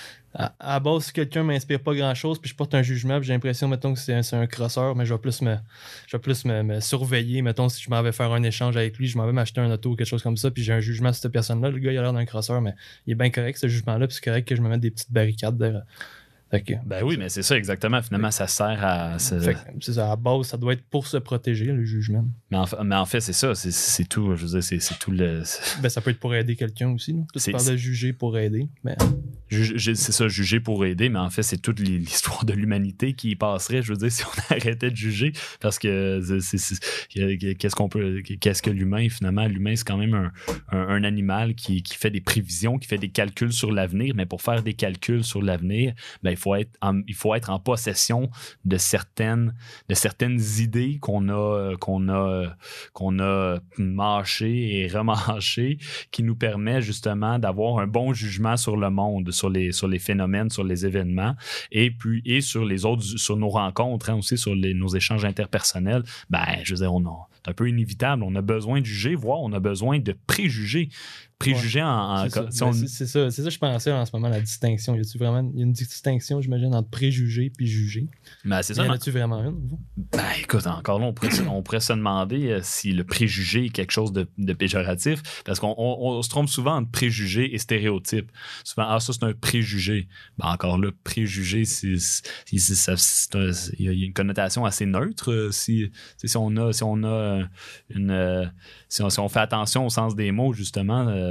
à, à la base, si quelqu'un m'inspire pas grand-chose, puis je porte un jugement, puis j'ai l'impression, mettons, que c'est un, c'est un crosseur, mais je vais plus me, je vais plus me, me surveiller. Mettons, si je m'en vais faire un échange avec lui, je m'en vais m'acheter un auto ou quelque chose comme ça, puis j'ai un jugement sur cette personne-là. Le gars, il a l'air d'un crosseur, mais il est bien correct, ce jugement-là, puis c'est correct que je me mette des petites barricades derrière. Okay. Ben oui, mais c'est ça exactement. Finalement, ça sert à... Se... Fait, c'est ça, à la base, ça doit être pour se protéger, le jugement. Mais en, mais en fait, c'est ça. C'est, c'est tout. Je veux dire, c'est, c'est tout le... Ben, ça peut être pour aider quelqu'un aussi. Là. Tu parles de juger pour aider. Mais... Juge, c'est ça, juger pour aider, mais en fait, c'est toute l'histoire de l'humanité qui y passerait, je veux dire, si on arrêtait de juger. Parce que c'est, c'est, c'est, qu'est-ce qu'on peut... Qu'est-ce que l'humain, finalement? L'humain, c'est quand même un, un, un animal qui, qui fait des prévisions, qui fait des calculs sur l'avenir. Mais pour faire des calculs sur l'avenir, ben, il faut être en, il faut être en possession de certaines, de certaines idées qu'on a, qu'on a, qu'on a mâchées et remâchées qui nous permet justement d'avoir un bon jugement sur le monde, sur les, sur les phénomènes, sur les événements et puis et sur les autres, sur nos rencontres, hein, aussi sur les, nos échanges interpersonnels. Ben, je veux dire, on a, c'est un peu inévitable. On a besoin de juger, voire on a besoin de préjuger. Préjuger ouais, en... en c'est, ça. Si on... c'est, c'est ça. C'est ça, je pensais en ce moment, la distinction. Y a-tu vraiment il y a une distinction, j'imagine, entre préjuger et juger? Ben, c'est ça. Y en a-tu vraiment une? Vous? Ben, écoute, encore là, on pourrait, on pourrait se demander euh, si le préjugé est quelque chose de, de péjoratif, parce qu'on on, on se trompe souvent entre préjugé et stéréotype. Souvent, ah, ça, c'est un préjugé. Ben, encore là, préjugé, c'est, c'est, c'est, ça, c'est un, il y a une connotation assez neutre. Euh, si, si on a, si on a une... Euh, si, on, si on fait attention au sens des mots, justement... Euh,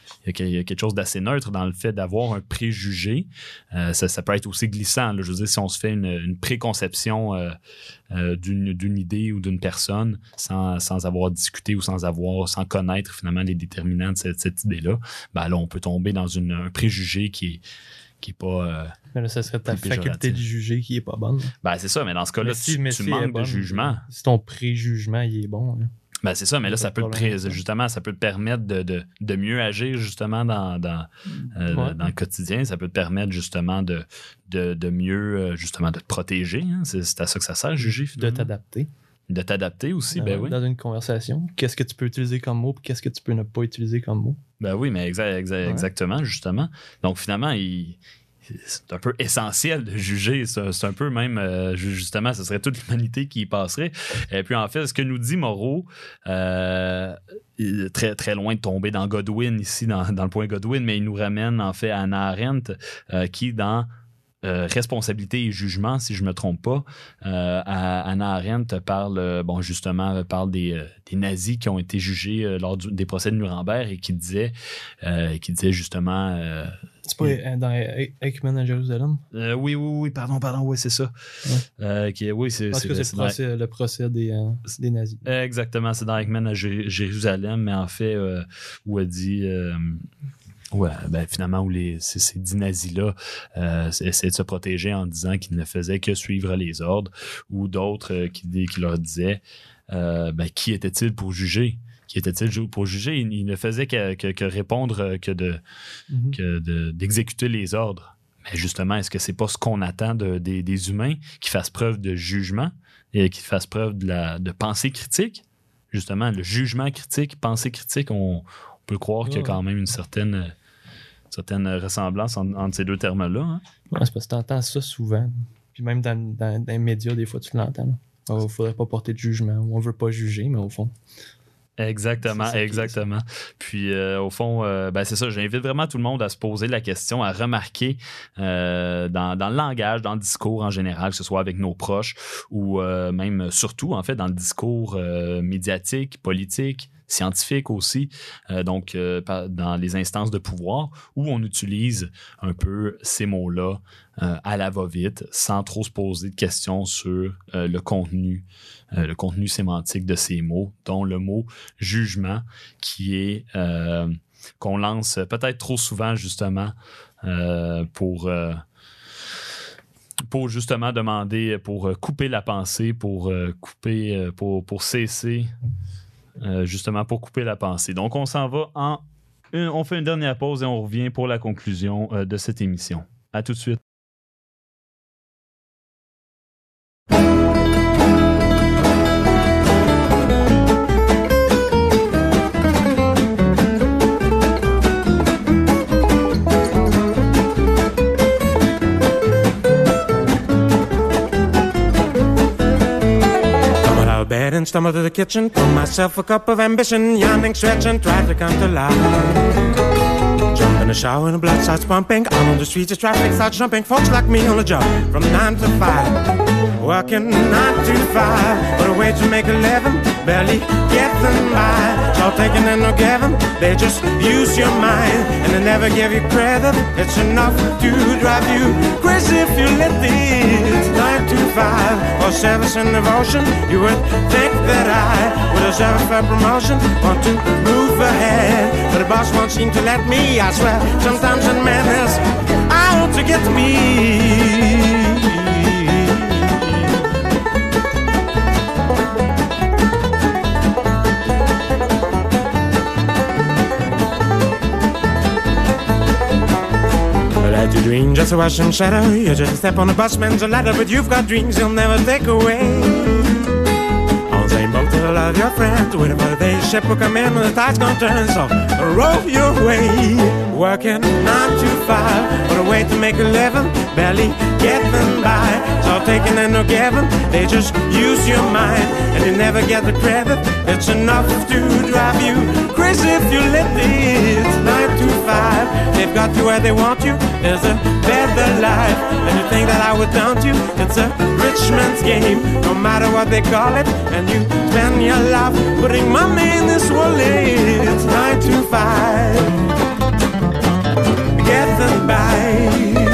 il y a quelque chose d'assez neutre dans le fait d'avoir un préjugé. Euh, ça, ça peut être aussi glissant. Là. Je veux dire, si on se fait une, une préconception euh, euh, d'une, d'une idée ou d'une personne sans, sans avoir discuté ou sans avoir, sans connaître finalement les déterminants de cette, cette idée-là, ben là, on peut tomber dans une, un préjugé qui est qui est pas... Euh, mais là, ça serait ta faculté de juger qui est pas bonne. Ben, c'est ça, mais dans ce cas-là, si, tu, tu si manques bonne, de jugement. Si ton préjugement, il est bon... Là. Ben c'est ça, mais là, ça peut, te, justement, ça peut te permettre de, de, de mieux agir justement dans, dans, euh, ouais. dans le quotidien. Ça peut te permettre justement de, de, de mieux, justement, de te protéger. Hein. C'est, c'est à ça que ça sert, juger. Finalement. De t'adapter. De t'adapter aussi, euh, ben oui. Dans une conversation. Qu'est-ce que tu peux utiliser comme mot et qu'est-ce que tu peux ne pas utiliser comme mot? Ben oui, mais exa- exa- ouais. exactement, justement. Donc finalement, il... c'est un peu essentiel de juger. C'est, c'est un peu même, euh, justement, ce serait toute l'humanité qui y passerait. Et puis, en fait, ce que nous dit Moreau, euh, très, très loin de tomber dans Godwin, ici, dans, dans le point Godwin, mais il nous ramène, en fait, à Hannah Arendt, euh, qui, dans Euh, responsabilité et jugement, si je ne me trompe pas. Euh, Hannah Arendt parle, euh, bon, justement, parle des, euh, des nazis qui ont été jugés euh, lors du, des procès de Nuremberg et qui disait, euh, qui disait justement... Euh, c'est pas euh, dans Eichmann à Jérusalem? Euh, oui, oui, oui, pardon, pardon, oui, c'est ça. Ouais. Euh, qui, oui, c'est, Parce c'est, que c'est, c'est le, procès, dans... le procès des, euh, des nazis. Exactement, c'est dans Eichmann à J- Jérusalem, mais en fait, euh, où elle dit... Euh, Ouais, ben finalement, où les, ces, ces dix nazis-là euh, essaient de se protéger en disant qu'ils ne faisaient que suivre les ordres, ou d'autres euh, qui, qui leur disaient euh, ben, qui était-il pour juger? Qui était-il pour juger? Ils il ne faisaient que, que, que répondre que, de, mm-hmm. que de, d'exécuter les ordres. Mais justement, est-ce que c'est pas ce qu'on attend de, des, des humains qui fassent preuve de jugement et qui fassent preuve de, la, de pensée critique? Justement, le jugement critique, pensée critique, on On peut croire ouais. qu'il y a quand même une certaine, une certaine ressemblance entre, entre ces deux termes-là. Hein? Ouais, c'est parce que tu entends ça souvent. Puis même dans, dans, dans les médias, des fois, tu l'entends. Il ne faudrait pas porter de jugement. On ne veut pas juger, mais au fond. Exactement, c'est ça, exactement. Puis euh, au fond, euh, ben, c'est ça, j'invite vraiment tout le monde à se poser la question, à remarquer euh, dans, dans le langage, dans le discours en général, que ce soit avec nos proches ou euh, même surtout, en fait, dans le discours euh, médiatique, politique, scientifique aussi, euh, donc euh, dans les instances de pouvoir, où on utilise un peu ces mots-là euh, à la va-vite, sans trop se poser de questions sur euh, le contenu, euh, le contenu sémantique de ces mots, dont le mot jugement, qui est euh, qu'on lance peut-être trop souvent justement euh, pour euh, pour justement demander, pour couper la pensée, pour couper, pour, pour cesser. Euh, justement pour couper la pensée. Donc, on s'en va en... Une, on fait une dernière pause et on revient pour la conclusion euh, de cette émission. À tout de suite. Bed and stumble to the kitchen, pour myself a cup of ambition, yawning, stretching, try to come to life. Jump in the shower and the blood starts pumping, out on the streets as traffic starts jumping, folks like me on the job from nine to five, working nine to five, but a way to make a living, barely getting by. It's all taking and no giving, they just use your mind, and they never give you credit. It's enough to drive you crazy if you let it. Nine to five, or service and devotion, you would think that I would deserve a promotion, want to move ahead, but the boss won't seem to let me. I swear, sometimes in madness, I want to get to me. Your dream just to watch them shadow. You just step on a busman's a ladder, but you've got dreams you'll never take away. On the same boat to love your friends, waiting for the day ship will come in when the tide's gonna turn. So row your way, working nine to five, what a way to make a living, barely getting by. It's all taking and no giving, they just use your mind, and you never get the credit. It's enough to drive you crazy if you let it. Nine to five, they've got you where they want you. There's a better life, and you think that I would daunt you. It's a rich man's game, no matter what they call it. And you spend your life putting money in this wallet. It's nine to five, getting by.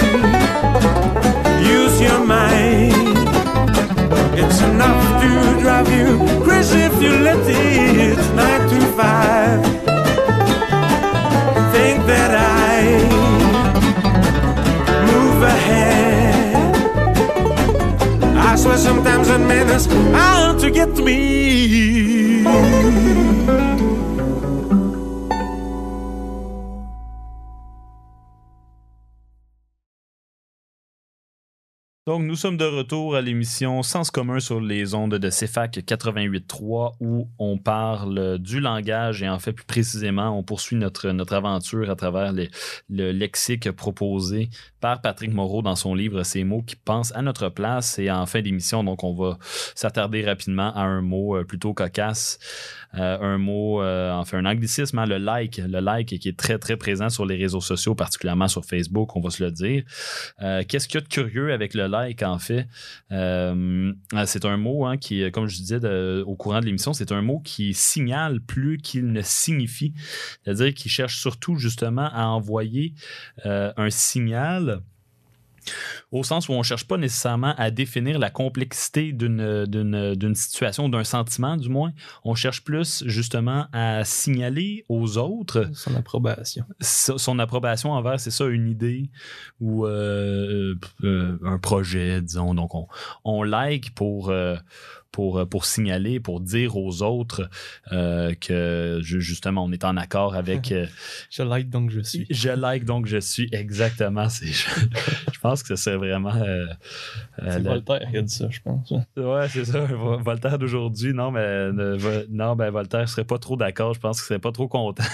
Use your mind. It's enough to drive you crazy if you let it. It's nine to five. Think that I move ahead. I swear sometimes in minutes I want to get to me. Donc, nous sommes de retour à l'émission Sens commun sur les ondes de C F A C quatre-vingt-huit trois où on parle du langage et en fait plus précisément, on poursuit notre, notre aventure à travers les, le lexique proposé par Patrick Moreau dans son livre « Ces mots qui pensent à notre place » et en fin d'émission, donc on va s'attarder rapidement à un mot plutôt cocasse, euh, un mot, euh, enfin un anglicisme, hein, le like, le like qui est très très présent sur les réseaux sociaux, particulièrement sur Facebook, on va se le dire. Euh, qu'est-ce qu'il y a de curieux avec le like en fait? Euh, c'est un mot hein, qui, comme je disais de, au courant de l'émission, c'est un mot qui signale plus qu'il ne signifie. C'est-à-dire qu'il cherche surtout justement à envoyer euh, un signal au sens où on ne cherche pas nécessairement à définir la complexité d'une, d'une, d'une situation, d'un sentiment du moins. On cherche plus justement à signaler aux autres son approbation. Son approbation envers, c'est ça, une idée ou euh, euh, un projet, disons. Donc, on, on like pour... Euh, Pour, pour signaler, pour dire aux autres euh, que justement on est en accord avec... Euh, je like donc je suis. Je like donc je suis, exactement. C'est, je, je pense que c'est vraiment... Euh, c'est euh, Voltaire qui a dit ça, je pense. Ouais, c'est ça. Voltaire d'aujourd'hui, non, mais euh, non, ben Voltaire serait pas trop d'accord. Je pense qu'il serait pas trop content.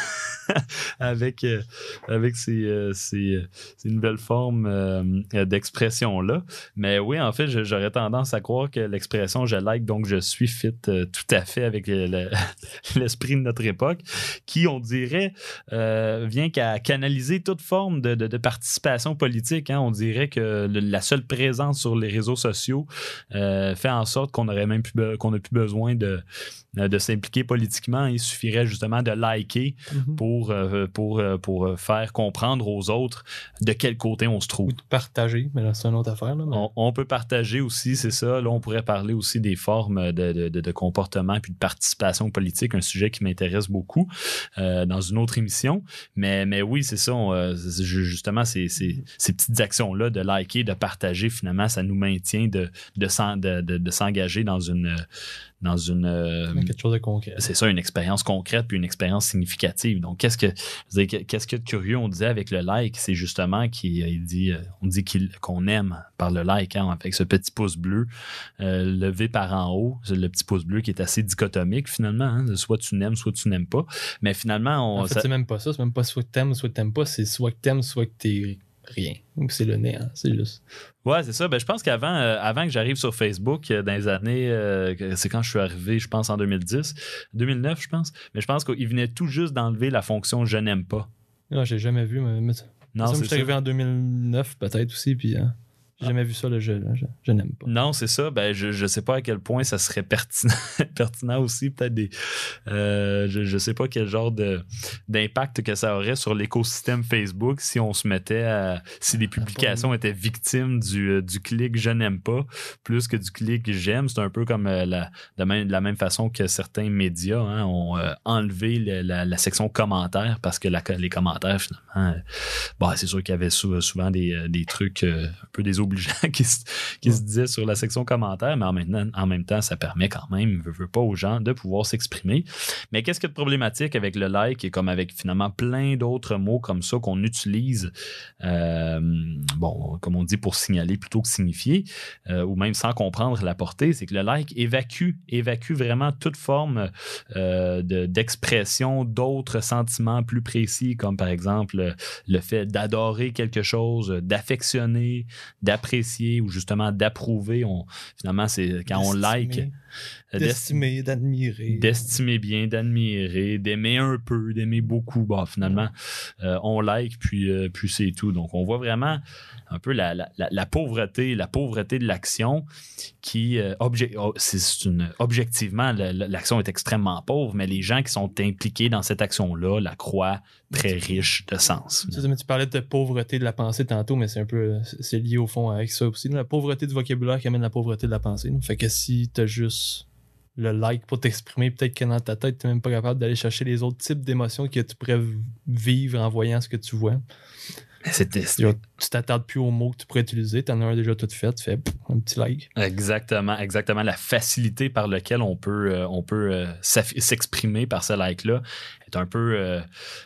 avec, euh, avec ces, euh, ces, ces nouvelles formes euh, d'expression-là. Mais oui, en fait, je, j'aurais tendance à croire que l'expression « je like, donc je suis » fit euh, tout à fait avec le, l'esprit de notre époque, qui, on dirait, euh, vient qu'à canaliser toute forme de, de, de participation politique. Hein. On dirait que le, la seule présence sur les réseaux sociaux euh, fait en sorte qu'on aurait même plus, qu'on n'a plus besoin de, de s'impliquer politiquement. Il suffirait justement de liker mm-hmm. pour, euh, pour, pour faire comprendre aux autres de quel côté on se trouve. Ou de partager, mais là, c'est une autre affaire. Là, mais... on, on peut partager aussi, c'est ça. Là, on pourrait parler aussi des formes de, de, de, de comportement puis de participation politique, un sujet qui m'intéresse beaucoup euh, dans une autre émission. Mais, mais oui, c'est ça. On, euh, c'est, justement, c'est, c'est, ces petites actions-là de liker, de partager, finalement, ça nous maintient de, de, s'en, de, de, de s'engager dans une... dans une euh, quelque chose de concret. C'est ça, une expérience concrète puis une expérience significative. Donc, qu'est-ce que je veux dire, qu'est-ce que de curieux on disait avec le like, c'est justement qu'il il dit, on dit qu'il, qu'on aime par le like, hein, avec ce petit pouce bleu euh, levé par en haut, le petit pouce bleu qui est assez dichotomique finalement, hein, soit tu n'aimes, soit tu n'aimes pas. Mais finalement, on, en fait, ça... c'est même pas ça, c'est même pas soit que t'aimes, soit que t'aimes pas, c'est soit que t'aimes, soit que t'es rien. C'est le néant, c'est juste. Ouais, c'est ça. Ben, je pense qu'avant euh, avant que j'arrive sur Facebook, euh, dans les années, euh, c'est quand je suis arrivé, je pense en deux mille dix, deux mille neuf, je pense. Mais je pense qu'il venait tout juste d'enlever la fonction « je n'aime pas ». Non, j'ai jamais vu. Mais, mais... Non, ça, c'est je suis arrivé en deux mille neuf, peut-être aussi, puis hein, j'ai jamais vu ça, le jeu. Je, je n'aime pas. Non, c'est ça. Ben, je, je sais pas à quel point ça serait pertinent, pertinent aussi, peut-être des. Euh, je, je sais pas quel genre de, d'impact que ça aurait sur l'écosystème Facebook si on se mettait à. Si les publications étaient victimes du, du clic je n'aime pas plus que du clic j'aime. C'est un peu comme la, de, même, de la même façon que certains médias hein, ont euh, enlevé le, la, la section commentaires parce que la, les commentaires, finalement, euh, bon, c'est sûr qu'il y avait sou, souvent des, des trucs euh, un peu des obligeants qui, se, qui ouais. se disaient sur la section commentaires, mais en même, en même temps, ça permet quand même, veut, veut pas aux gens de pouvoir s'exprimer. Mais qu'est-ce qu'il y a de problématique avec le like et comme avec finalement plein d'autres mots comme ça qu'on utilise, euh, bon, comme on dit, pour signaler plutôt que signifier, euh, ou même sans comprendre la portée, c'est que le like évacue, évacue vraiment toute forme euh, de, d'expression d'autres sentiments plus précis, comme par exemple le fait d'adorer quelque chose, d'affectionner, d'apprécier ou justement d'approuver. On, finalement, c'est quand on like. D'estimer, d'admirer. D'estimer bien, d'admirer, d'aimer un peu, d'aimer beaucoup. Bon, finalement, euh, on like, puis, euh, puis c'est tout. Donc, on voit vraiment un peu la, la, la pauvreté, la pauvreté de l'action qui, euh, obje- oh, c'est une, objectivement, la, l'action est extrêmement pauvre, mais les gens qui sont impliqués dans cette action-là la croient très riche de sens. Tu, mais tu parlais de pauvreté de la pensée tantôt, mais c'est un peu, c'est lié au fond avec ça aussi. La pauvreté du vocabulaire qui amène la pauvreté de la pensée. Fait que si t'as juste le like pour t'exprimer, peut-être que dans ta tête, t'es même pas capable d'aller chercher les autres types d'émotions que tu pourrais vivre en voyant ce que tu vois. C'était, c'était... Tu t'attardes plus aux mots que tu pourrais utiliser, t'en as un déjà tout fait, tu fais pff, un petit like. Exactement, exactement. La facilité par laquelle on peut, euh, on peut euh, s'exprimer par ce like-là est un peu, euh,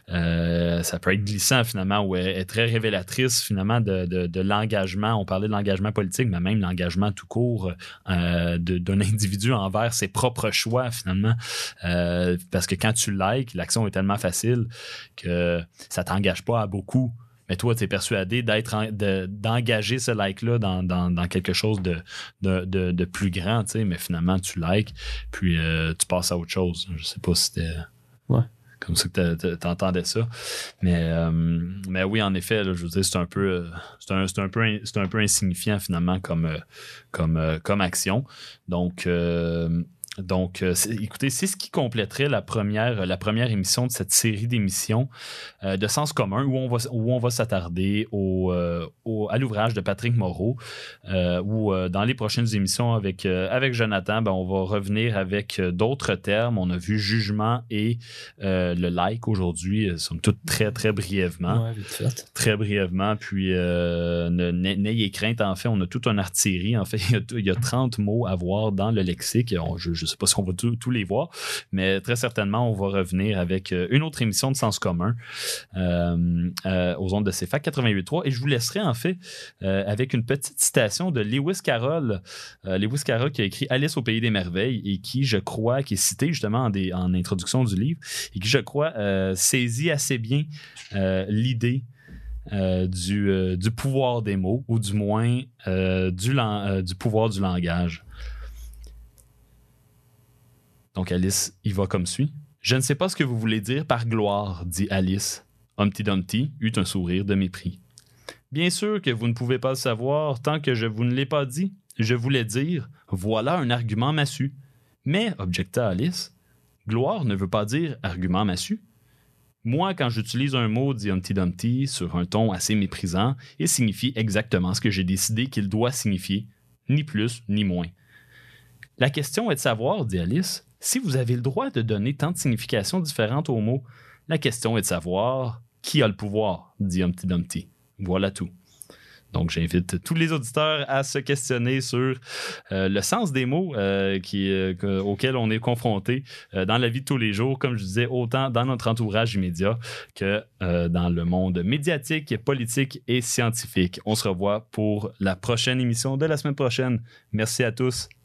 euh, ça peut être glissant finalement, ou est très révélatrice finalement de, de, de l'engagement. On parlait de l'engagement politique, mais même l'engagement tout court euh, de, d'un individu envers ses propres choix finalement. Euh, parce que quand tu likes, l'action est tellement facile que ça t'engage pas à beaucoup. Mais toi, tu es persuadé d'être en, de, d'engager ce like-là dans, dans, dans quelque chose de, de, de, de plus grand, tu sais, mais finalement, tu likes, puis euh, tu passes à autre chose. Je sais pas si c'était ouais. comme ça que tu entendais ça. Mais, euh, mais oui, en effet, là, je veux dire, c'est un peu, c'est un, c'est un peu, c'est un peu insignifiant finalement comme, comme, comme action. Donc, euh, Donc, euh, c'est, écoutez, c'est ce qui compléterait la première, la première émission de cette série d'émissions euh, de Sens commun où on va, où on va s'attarder au, euh, au, à l'ouvrage de Patrick Moreau, euh, où euh, dans les prochaines émissions avec, euh, avec Jonathan, ben, on va revenir avec euh, d'autres termes. On a vu jugement et euh, le like aujourd'hui, euh, somme toute très, très brièvement. Ouais, vite fait. Très brièvement. Puis, euh, n'ayez crainte, en fait, on a toute une artillerie. En fait, il y a, il y a trente mots à voir dans le lexique. On, je, je je ne sais pas si on va tous les voir, mais très certainement, on va revenir avec une autre émission de Sens commun euh, euh, aux ondes de C F A C quatre-vingt-huit point trois. Et je vous laisserai en fait euh, avec une petite citation de Lewis Carroll. Euh, Lewis Carroll qui a écrit Alice au pays des merveilles et qui, je crois, qui est cité justement en, des, en introduction du livre et qui, je crois, euh, saisit assez bien euh, l'idée Euh, du, euh, du pouvoir des mots, ou du moins euh, du, euh, du pouvoir du langage. Donc Alice y va comme suit. « Je ne sais pas ce que vous voulez dire par gloire, dit Alice. Humpty Dumpty eut un sourire de mépris. Bien sûr que vous ne pouvez pas le savoir tant que je vous ne l'ai pas dit. Je voulais dire, voilà un argument massu. Mais, objecta Alice, gloire ne veut pas dire argument massu. Moi, quand j'utilise un mot, dit Humpty Dumpty, sur un ton assez méprisant, il signifie exactement ce que j'ai décidé qu'il doit signifier, ni plus ni moins. La question est de savoir, dit Alice, si vous avez le droit de donner tant de significations différentes aux mots. La question est de savoir qui a le pouvoir, dit Humpty Dumpty. Voilà tout. Donc, j'invite tous les auditeurs à se questionner sur euh, le sens des mots euh, qui, euh, que, auxquels on est confronté euh, dans la vie de tous les jours, comme je disais, autant dans notre entourage immédiat que euh, dans le monde médiatique, politique et scientifique. On se revoit pour la prochaine émission de la semaine prochaine. Merci à tous.